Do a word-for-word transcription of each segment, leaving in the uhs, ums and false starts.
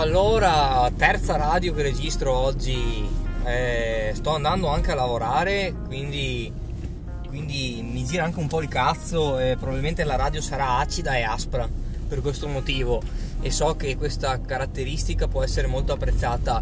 Allora, terza radio che registro oggi, eh, sto andando anche a lavorare, quindi, quindi mi gira anche un po' il cazzo e probabilmente la radio sarà acida e aspra per questo motivo, e so che questa caratteristica può essere molto apprezzata.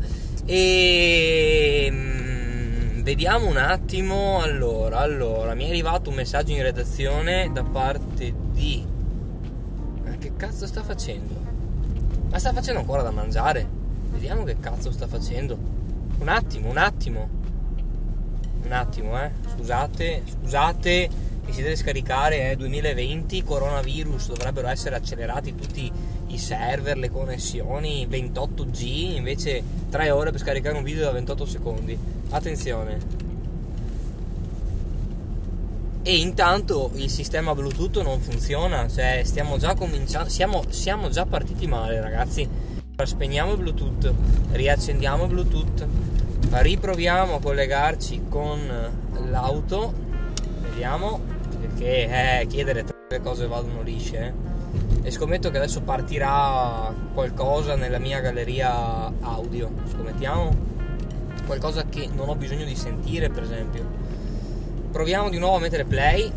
E mm, vediamo un attimo. Allora, allora, mi è arrivato un messaggio in redazione da parte di... Ma che cazzo sta facendo? Ma sta facendo ancora da mangiare? Vediamo che cazzo sta facendo. Un attimo, un attimo. Un attimo, eh. Scusate, scusate, mi si deve scaricare, eh. duemilaventi, coronavirus, dovrebbero essere accelerati tutti i server, le connessioni, ventotto G, invece tre ore per scaricare un video da ventotto secondi. Attenzione. E intanto il sistema Bluetooth non funziona, cioè stiamo già cominciando, siamo, siamo già partiti male, ragazzi. Spegniamo il Bluetooth, riaccendiamo il Bluetooth, riproviamo a collegarci con l'auto, vediamo, perché eh, chiedere tre cose vadano lisce, eh. E scommetto che adesso partirà qualcosa nella mia galleria audio, scommettiamo, qualcosa che non ho bisogno di sentire, per esempio. Proviamo di nuovo a mettere play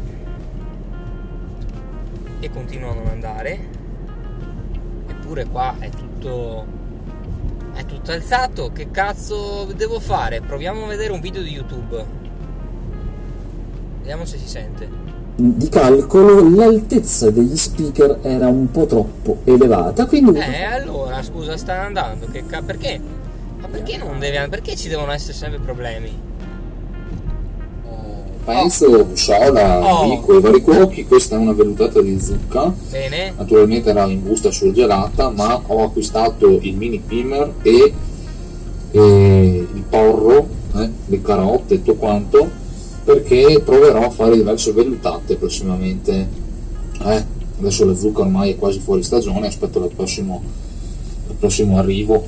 e continua a non andare, eppure qua è tutto è tutto alzato. Che cazzo devo fare? Proviamo a vedere un video di YouTube, vediamo se si sente. Di calcolo l'altezza degli speaker era un po' troppo elevata, quindi eh allora scusa, sta andando, che ca- perché? Ma perché non deve perché ci devono essere sempre problemi? Penso, oh. Sciola, oh. Vico e vari cuochi. Questa è una vellutata di zucca. Bene. Naturalmente era in busta surgelata, ma ho acquistato il mini primer e, e il porro, eh, le carote e tutto quanto, perché proverò a fare diverse vellutate prossimamente. Eh, adesso la zucca ormai è quasi fuori stagione, aspetto il prossimo, il prossimo arrivo.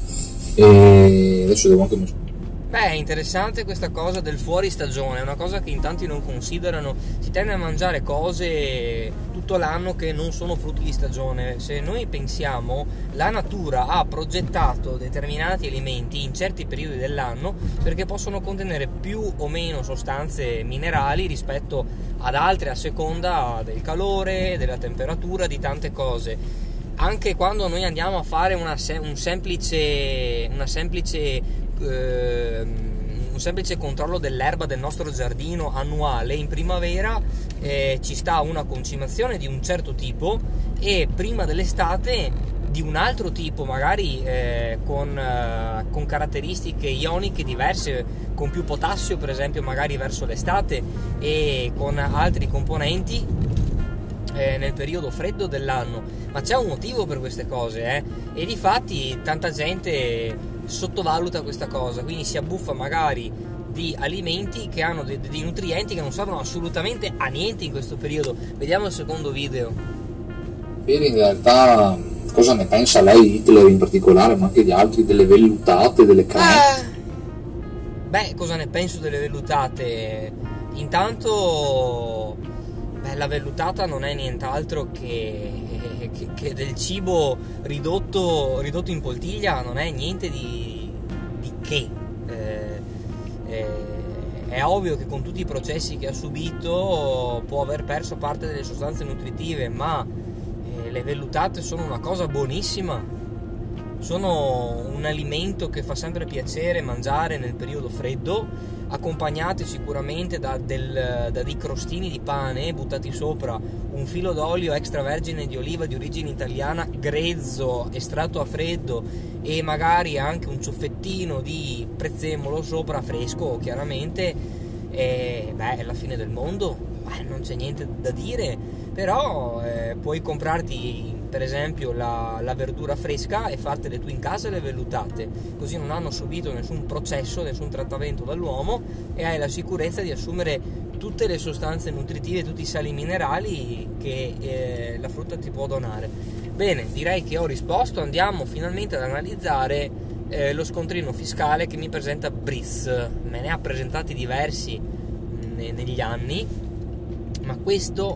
E adesso devo anche... Beh, è interessante questa cosa del fuori stagione, è una cosa che in tanti non considerano. Si tende a mangiare cose tutto l'anno che non sono frutti di stagione. Se noi pensiamo, la natura ha progettato determinati alimenti in certi periodi dell'anno perché possono contenere più o meno sostanze minerali rispetto ad altre, a seconda del calore, della temperatura, di tante cose. Anche quando noi andiamo a fare una, un semplice una semplice eh, un semplice controllo dell'erba del nostro giardino annuale, in primavera eh, ci sta una concimazione di un certo tipo e prima dell'estate di un altro tipo, magari eh, con, eh, con caratteristiche ioniche diverse, con più potassio per esempio magari verso l'estate e con altri componenti Eh, nel periodo freddo dell'anno. Ma c'è un motivo per queste cose, eh? E difatti tanta gente sottovaluta questa cosa, quindi si abbuffa magari di alimenti che hanno dei, dei nutrienti che non servono assolutamente a niente in questo periodo. Vediamo il secondo video. Bene, in realtà cosa ne pensa lei, Hitler in particolare, ma anche gli altri, delle vellutate, delle carni? Eh, beh, cosa ne penso delle vellutate? Intanto Beh, la vellutata non è nient'altro che, che, che del cibo ridotto, ridotto in poltiglia, non è niente di, di che. Eh, eh, è ovvio che con tutti i processi che ha subito può aver perso parte delle sostanze nutritive, ma eh, le vellutate sono una cosa buonissima. Sono un alimento che fa sempre piacere mangiare nel periodo freddo, accompagnate sicuramente da, del, da dei crostini di pane buttati sopra un filo d'olio extravergine di oliva di origine italiana grezzo, estratto a freddo, e magari anche un ciuffettino di prezzemolo sopra fresco chiaramente. E beh, è la fine del mondo, beh, non c'è niente da dire, però eh, puoi comprarti per esempio la, la verdura fresca e fartele tu in casa le vellutate, così non hanno subito nessun processo, nessun trattamento dall'uomo e hai la sicurezza di assumere tutte le sostanze nutritive, tutti i sali minerali che eh, la frutta ti può donare. Bene, direi che ho risposto. Andiamo finalmente ad analizzare eh, lo scontrino fiscale che mi presenta Briz. Me ne ha presentati diversi ne, negli anni, ma questo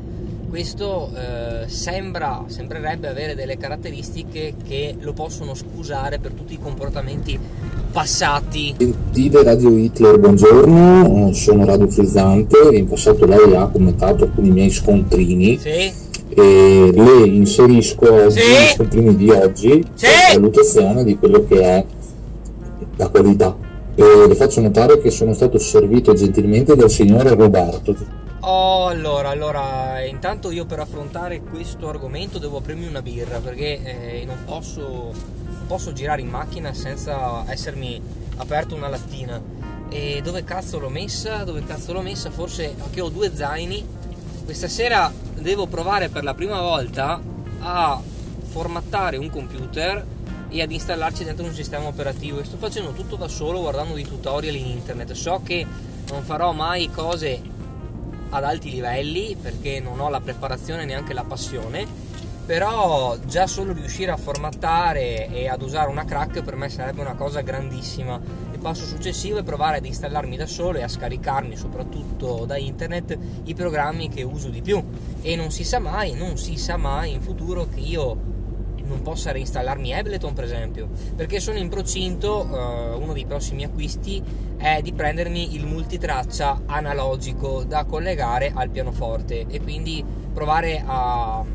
questo eh, sembra, sembrerebbe avere delle caratteristiche che lo possono scusare per tutti i comportamenti passati. Gentile Radio Hitler, buongiorno, sono Radio Frizzante. In passato lei ha commentato alcuni miei scontrini, sì, e le inserisco oggi, sì, gli scontrini di oggi, sì, per valutazione di quello che è la qualità. E le faccio notare che sono stato servito gentilmente dal signore Roberto. Oh, allora, allora, intanto io per affrontare questo argomento devo aprirmi una birra, perché eh, non posso, non posso girare in macchina senza essermi aperto una lattina. E dove cazzo l'ho messa? Dove cazzo l'ho messa? Forse anche ho due zaini. Questa sera devo provare per la prima volta a formattare un computer e ad installarci dentro un sistema operativo, e sto facendo tutto da solo guardando dei tutorial in internet. So che non farò mai cose ad alti livelli perché non ho la preparazione, neanche la passione, però già solo riuscire a formattare e ad usare una crack per me sarebbe una cosa grandissima. Il passo successivo è provare ad installarmi da solo e a scaricarmi soprattutto da internet i programmi che uso di più, e non si sa mai, non si sa mai in futuro che io non possa reinstallarmi Ableton, per esempio, perché sono in procinto, uh, uno dei prossimi acquisti è di prendermi il multitraccia analogico da collegare al pianoforte, e quindi provare a, a,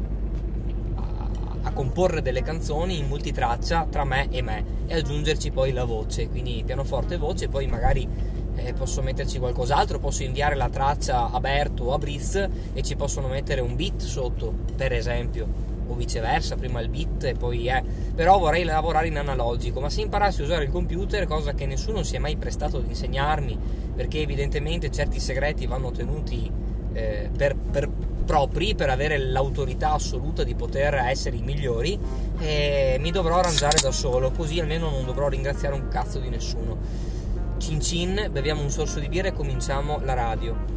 a comporre delle canzoni in multitraccia tra me e me, e aggiungerci poi la voce, quindi pianoforte e voce. Poi magari eh, posso metterci qualcos'altro, posso inviare la traccia a Berto o a Briz e ci possono mettere un beat sotto, per esempio, o viceversa, prima il beat e poi è, però vorrei lavorare in analogico. Ma se imparassi a usare il computer, cosa che nessuno si è mai prestato ad insegnarmi, perché evidentemente certi segreti vanno tenuti eh, per, per propri, per avere l'autorità assoluta di poter essere i migliori, e mi dovrò arrangiare da solo, così almeno non dovrò ringraziare un cazzo di nessuno. Cin cin, beviamo un sorso di birra e cominciamo la radio.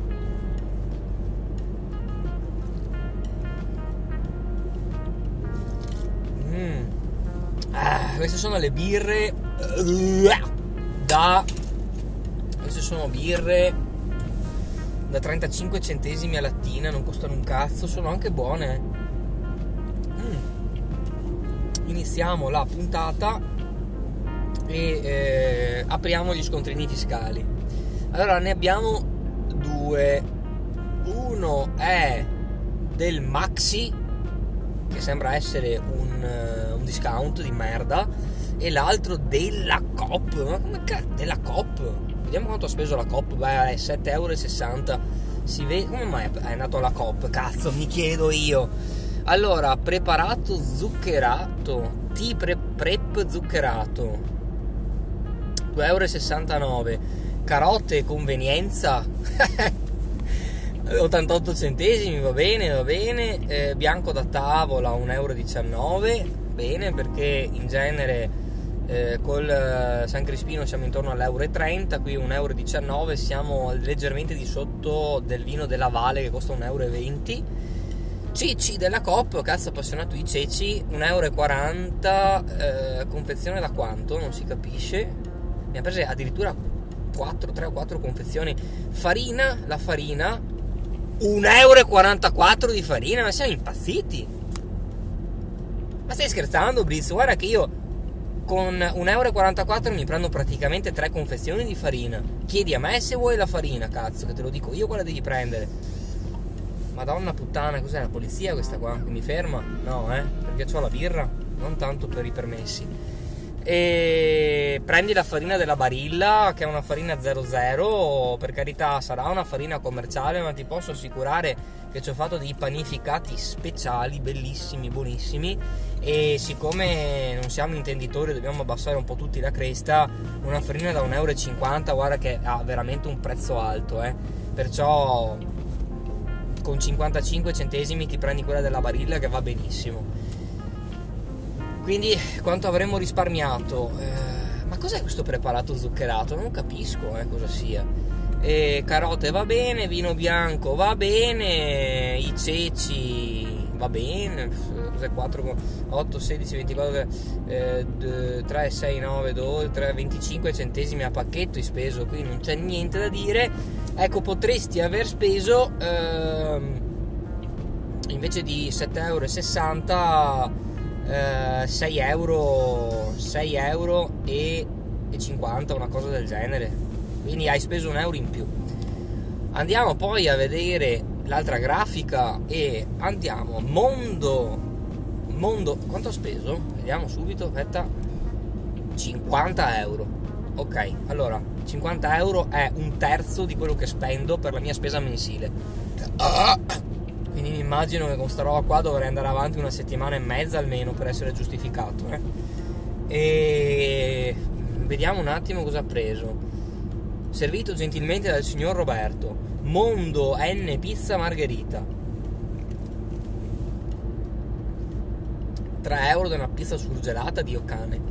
Ah, queste sono le birre da queste sono birre da trentacinque centesimi a lattina, non costano un cazzo, sono anche buone. mm. Iniziamo la puntata e eh, apriamo gli scontrini fiscali. Allora, ne abbiamo due. Uno è del Maxi, che sembra essere un, un discount di merda, e l'altro della Coop. Ma come cazzo? Della Coop? Vediamo quanto ha speso la Coop. Beh, è sette virgola sessanta euro. Si vede. Come mai è andato alla Coop? Cazzo, mi chiedo io. Allora, preparato zuccherato, tea pre- prep zuccherato, due virgola sessantanove euro. Carote e convenienza ottantotto centesimi, va bene, va bene. Eh, bianco da tavola un virgola diciannove euro, bene, perché in genere eh, col eh, San Crispino siamo intorno all'uno virgola trenta, qui un virgola diciannove euro, siamo leggermente di sotto del vino della Valle che costa un virgola venti euro. Ceci della Coop, cazzo, appassionato di ceci, un virgola quaranta euro, eh, confezione da quanto? Non si capisce, ne ha prese addirittura quattro, tre o quattro confezioni. Farina, la farina un virgola quarantaquattro euro di farina, ma siamo impazziti? Ma stai scherzando, Briz? Guarda che io con un virgola quarantaquattro euro mi prendo praticamente tre confezioni di farina. Chiedi a me se vuoi la farina, cazzo, che te lo dico io quella devi prendere. Madonna puttana, cos'è, la polizia questa qua che mi ferma? No, eh, perché c'ho la birra, non tanto per i permessi. E prendi la farina della Barilla, che è una farina zero zero, per carità sarà una farina commerciale, ma ti posso assicurare che ci ho fatto dei panificati speciali, bellissimi, buonissimi, e siccome non siamo intenditori dobbiamo abbassare un po' tutti la cresta, una farina da un virgola cinquanta euro, guarda che ha veramente un prezzo alto, eh. Perciò con cinquantacinque centesimi ti prendi quella della Barilla, che va benissimo. Quindi quanto avremmo risparmiato? Eh, ma cos'è questo preparato zuccherato? Non capisco eh, cosa sia. E carote va bene, vino bianco va bene, i ceci va bene. Cos'è? quattro, otto, sedici, ventiquattro, eh, tre, sei, nove, dodici, tre, venticinque centesimi a pacchetto hai speso, qui non c'è niente da dire. Ecco, potresti aver speso ehm, invece di sette euro e sessanta, eh, sei euro sei euro e cinquanta, una cosa del genere, quindi hai speso un euro in più. Andiamo poi a vedere l'altra grafica e andiamo mondo mondo quanto ho speso? Vediamo subito, aspetta. cinquanta euro. Ok, allora cinquanta euro è un terzo di quello che spendo per la mia spesa mensile. Quindi mi immagino che con sta roba qua dovrei andare avanti una settimana e mezza almeno per essere giustificato, eh? E vediamo un attimo cosa ha preso. Servito gentilmente dal signor Roberto. Mondo N Pizza Margherita. tre euro da una pizza surgelata, Dio cane.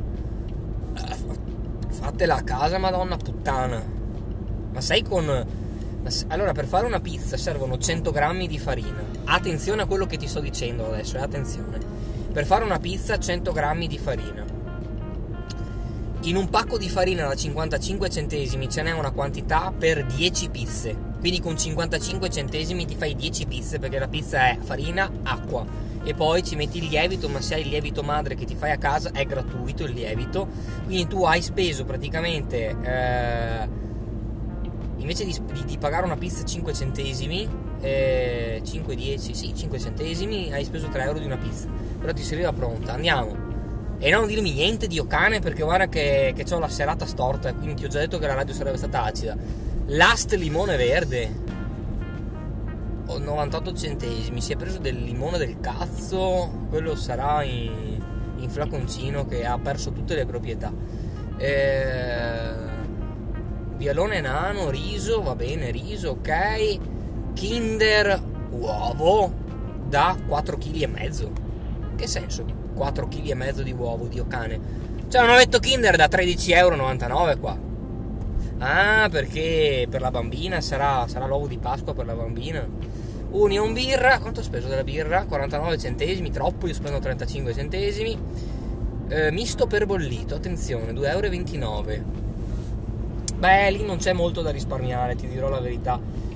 Fatela a casa, madonna puttana. Ma sei con... Allora, per fare una pizza servono cento grammi di farina. Attenzione a quello che ti sto dicendo adesso, eh? Attenzione. Per fare una pizza cento grammi di farina. In un pacco di farina da cinquantacinque centesimi ce n'è una quantità per dieci pizze. Quindi con cinquantacinque centesimi ti fai dieci pizze, perché la pizza è farina, acqua e poi ci metti il lievito, ma se hai il lievito madre che ti fai a casa è gratuito il lievito. Quindi tu hai speso praticamente eh, invece di, di, di pagare una pizza cinque centesimi, eh, cinque, dieci, sì, cinque centesimi, hai speso tre euro di una pizza, però ti serviva pronta. Andiamo. E non dirmi niente, Dio cane, perché guarda che, che ho la serata storta, quindi ti ho già detto che la radio sarebbe stata acida. Last limone verde, novantotto centesimi. Si è preso del limone del cazzo, quello sarà in, in flaconcino che ha perso tutte le proprietà. eh, Vialone nano, riso, va bene, riso, ok. Kinder uovo da quattro virgola cinque chili. Che senso? quattro virgola cinque chili di uovo, Dio cane. C'è un ovetto Kinder da tredici euro e novantanove qua. Ah, perché per la bambina sarà, sarà l'uovo di Pasqua per la bambina. Union birra, quanto ho speso della birra? quarantanove centesimi, troppo, io spendo trentacinque centesimi. eh, Misto per bollito, attenzione, due euro e ventinove. Beh, lì non c'è molto da risparmiare, ti dirò la verità.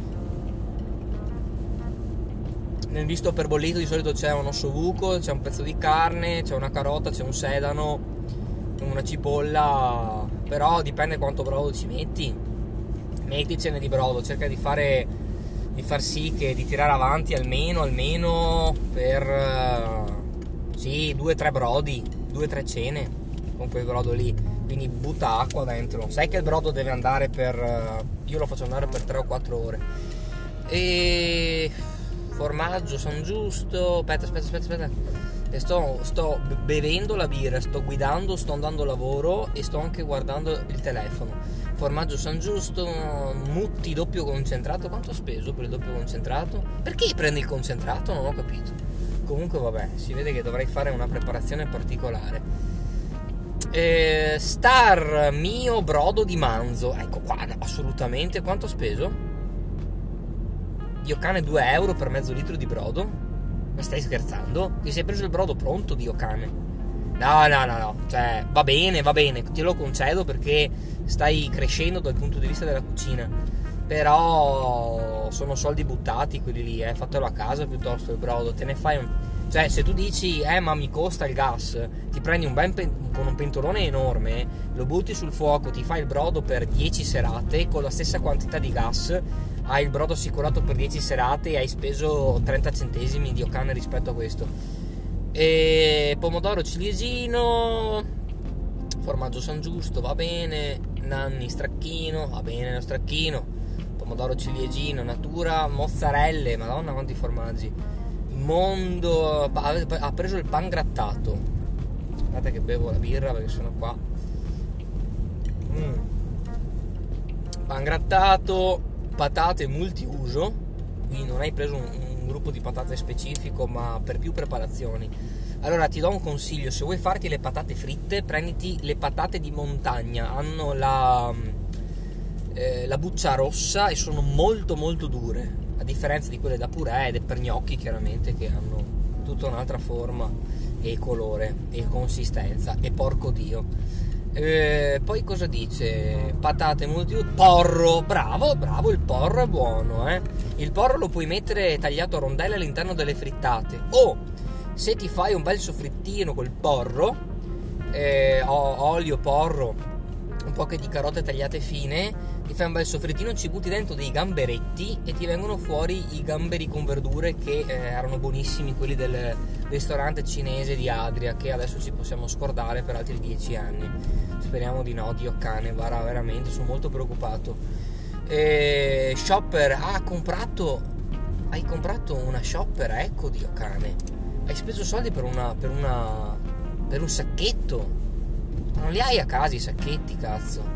Nel misto per bollito di solito c'è un ossobuco, c'è un pezzo di carne, c'è una carota, c'è un sedano, una cipolla, però dipende quanto brodo ci metti. Metticene di brodo, cerca di fare di far sì che di tirare avanti almeno almeno per sì, due tre brodi, due tre cene con quel brodo lì, quindi butta acqua dentro. Sai che il brodo deve andare per, io lo faccio andare per tre o quattro ore. E formaggio San Giusto, aspetta aspetta aspetta aspetta e sto, sto bevendo la birra, sto guidando, sto andando a lavoro e sto anche guardando il telefono. Formaggio San Giusto, Mutti doppio concentrato. Quanto ho speso per il doppio concentrato? Perché prendi il concentrato? Non ho capito. Comunque vabbè, si vede che dovrei fare una preparazione particolare. eh, Star mio brodo di manzo, ecco qua, assolutamente. Quanto ho speso? Dio cane, due euro per mezzo litro di brodo? Ma stai scherzando? Ti sei preso il brodo pronto, Dio cane? No, no, no, no, cioè, va bene, va bene, te lo concedo perché stai crescendo dal punto di vista della cucina, però sono soldi buttati quelli lì, eh, fatelo a casa piuttosto il brodo, te ne fai un... Cioè, se tu dici, eh, ma mi costa il gas, ti prendi un ben pen... con un pentolone enorme, lo butti sul fuoco, ti fai il brodo per dieci serate, con la stessa quantità di gas, hai il brodo assicurato per dieci serate e hai speso trenta centesimi, Dio cane, rispetto a questo. E pomodoro ciliegino, formaggio San Giusto, va bene, Nanni stracchino, va bene lo stracchino, pomodoro ciliegino, natura, mozzarelle, madonna quanti formaggi. Mondo ha preso il pan grattato. Guardate che bevo la birra perché sono qua. mm. Pan grattato, patate multiuso, quindi non hai preso un, un gruppo di patate specifico ma per più preparazioni. Allora ti do un consiglio: se vuoi farti le patate fritte, prenditi le patate di montagna, hanno la, eh, la buccia rossa e sono molto molto dure, a differenza di quelle da purè e per gnocchi chiaramente, che hanno tutta un'altra forma e colore e consistenza, e porco dio. Eh, poi cosa dice? Patate multi, porro, bravo, bravo, il porro è buono, eh. Il porro lo puoi mettere tagliato a rondelle all'interno delle frittate, o se ti fai un bel soffrittino col porro, eh, olio, porro, un po' che di carote tagliate fine, ti fai un bel soffrittino, ci butti dentro dei gamberetti e ti vengono fuori i gamberi con verdure che eh, erano buonissimi, quelli del ristorante cinese di Adria, che adesso ci possiamo scordare per altri dieci anni. Speriamo di no, Dio cane, guarda, veramente sono molto preoccupato. E Shopper ha comprato hai comprato una Shopper, ecco, Dio cane, hai speso soldi per una per una per un sacchetto, ma non li hai a casa i sacchetti, cazzo.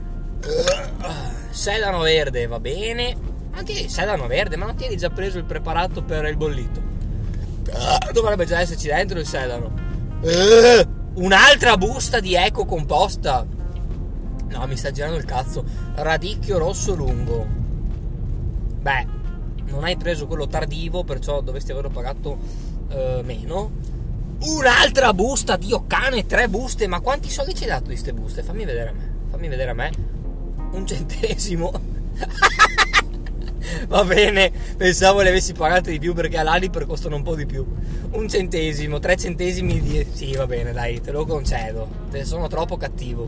Sedano verde, va bene, ma ti sedano verde, ma non ti hai già preso il preparato per il bollito? Dovrebbe già esserci dentro il sedano. Un'altra busta di eco composta. No, mi sta girando il cazzo. Radicchio rosso lungo. Beh, non hai preso quello tardivo, perciò dovresti averlo pagato eh, meno. Un'altra busta, Dio cane, tre buste. Ma quanti soldi ci hai dato di ste buste? Fammi vedere a me. Fammi vedere a me. Un centesimo. Va bene, pensavo le avessi pagate di più, perché all'Aliper costano un po' di più. Un centesimo, tre centesimi di... Sì, va bene, dai, te lo concedo. Te sono troppo cattivo.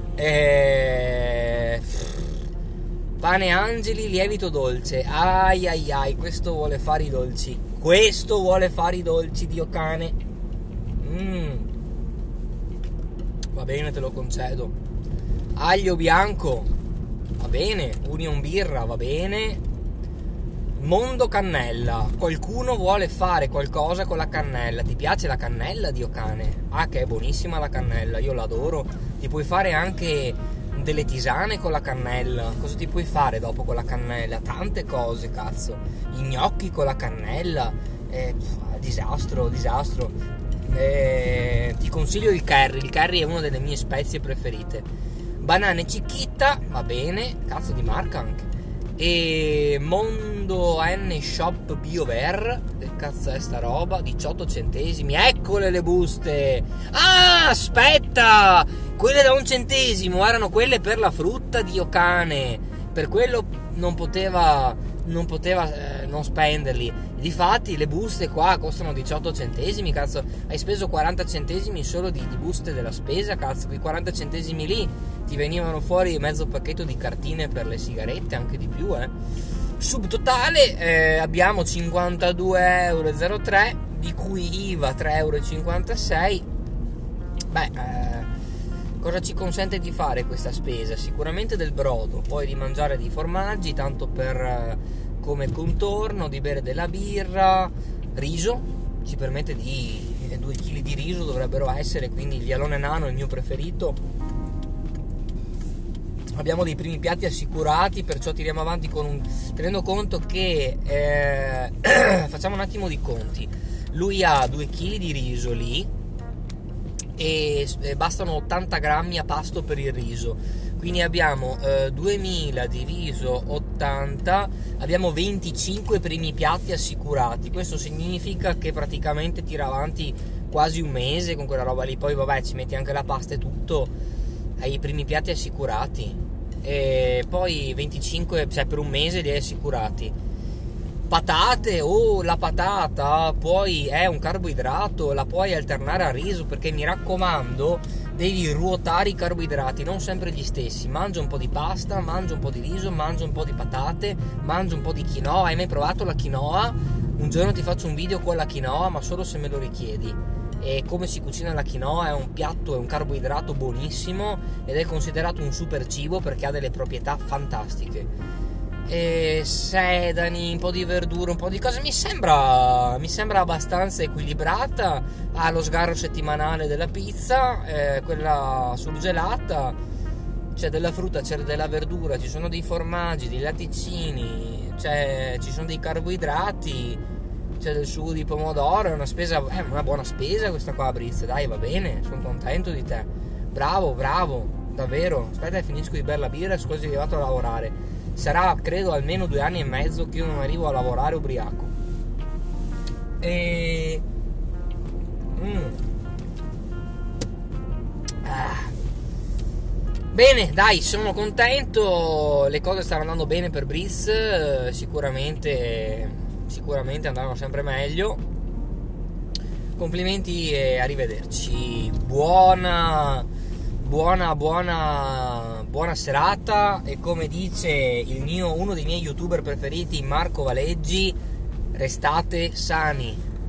E... Pane angeli, lievito dolce. Ai ai ai, questo vuole fare i dolci. Questo vuole fare i dolci, Dio cane. Mm. Va bene, te lo concedo. Aglio bianco, va bene. Union birra, va bene. Mondo cannella, qualcuno vuole fare qualcosa con la cannella. Ti piace la cannella, Dio cane? Ah, che è buonissima la cannella, io l'adoro. Ti puoi fare anche delle tisane con la cannella. Cosa ti puoi fare dopo con la cannella? Tante cose, cazzo. Gli gnocchi con la cannella, eh, disastro, disastro. Eh, ti consiglio il curry. Il curry è una delle mie spezie preferite. Banane Chiquita, va bene, cazzo di marca anche. E Mondo N Shop BioVer, che cazzo è sta roba? diciotto centesimi, eccole le buste. Ah, aspetta, quelle da un centesimo erano quelle per la frutta, Dio cane, per quello non poteva non poteva eh, non spenderli. Difatti le buste qua costano diciotto centesimi, cazzo, hai speso quaranta centesimi solo di, di buste della spesa, cazzo. Quei quaranta centesimi lì ti venivano fuori mezzo pacchetto di cartine per le sigarette, anche di più, eh. Subtotale eh, abbiamo cinquantadue euro zero tre, di cui I V A tre euro e cinquantasei. Beh, eh, cosa ci consente di fare questa spesa? Sicuramente del brodo, poi di mangiare dei formaggi, tanto per eh, come contorno, di bere della birra, riso, ci permette di eh, due chili di riso dovrebbero essere, quindi il vialone nano è il mio preferito. Abbiamo dei primi piatti assicurati, perciò tiriamo avanti con un... tenendo conto che eh, facciamo un attimo di conti. Lui ha due chili di riso lì e bastano ottanta grammi a pasto per il riso, quindi abbiamo eh, duemila diviso ottanta, abbiamo venticinque primi piatti assicurati. Questo significa che praticamente tira avanti quasi un mese con quella roba lì. Poi vabbè, ci metti anche la pasta e tutto, hai i primi piatti assicurati, e poi venticinque, cioè per un mese li hai assicurati. Patate, oh, la patata poi è un carboidrato, la puoi alternare al riso, perché mi raccomando devi ruotare i carboidrati, non sempre gli stessi. Mangia un po' di pasta, mangia un po' di riso, mangia un po' di patate, mangia un po' di quinoa. Hai mai provato la quinoa? Un giorno ti faccio un video con la quinoa, ma solo se me lo richiedi. E come si cucina la quinoa, è un piatto, è un carboidrato buonissimo ed è considerato un super cibo perché ha delle proprietà fantastiche. E sedani, un po' di verdura, un po' di cose, mi sembra mi sembra abbastanza equilibrata. Ha lo sgarro settimanale della pizza, eh, quella surgelata, c'è della frutta, c'è della verdura, ci sono dei formaggi, dei latticini, c'è, ci sono dei carboidrati, c'è del sugo di pomodoro. È una spesa, è una buona spesa questa qua, Briz, dai, va bene, sono contento di te, bravo, bravo, davvero. Aspetta che finisco di bere la birra, scusa, sono arrivato a lavorare. Sarà credo almeno due anni e mezzo che io non arrivo a lavorare ubriaco. E mm. ah. Bene, dai, sono contento, le cose stanno andando bene per Breeze, sicuramente, sicuramente andranno sempre meglio. Complimenti e arrivederci. Buona, buona, buona, buona serata, e come dice il mio, uno dei miei youtuber preferiti, Marco Valeggi, restate sani.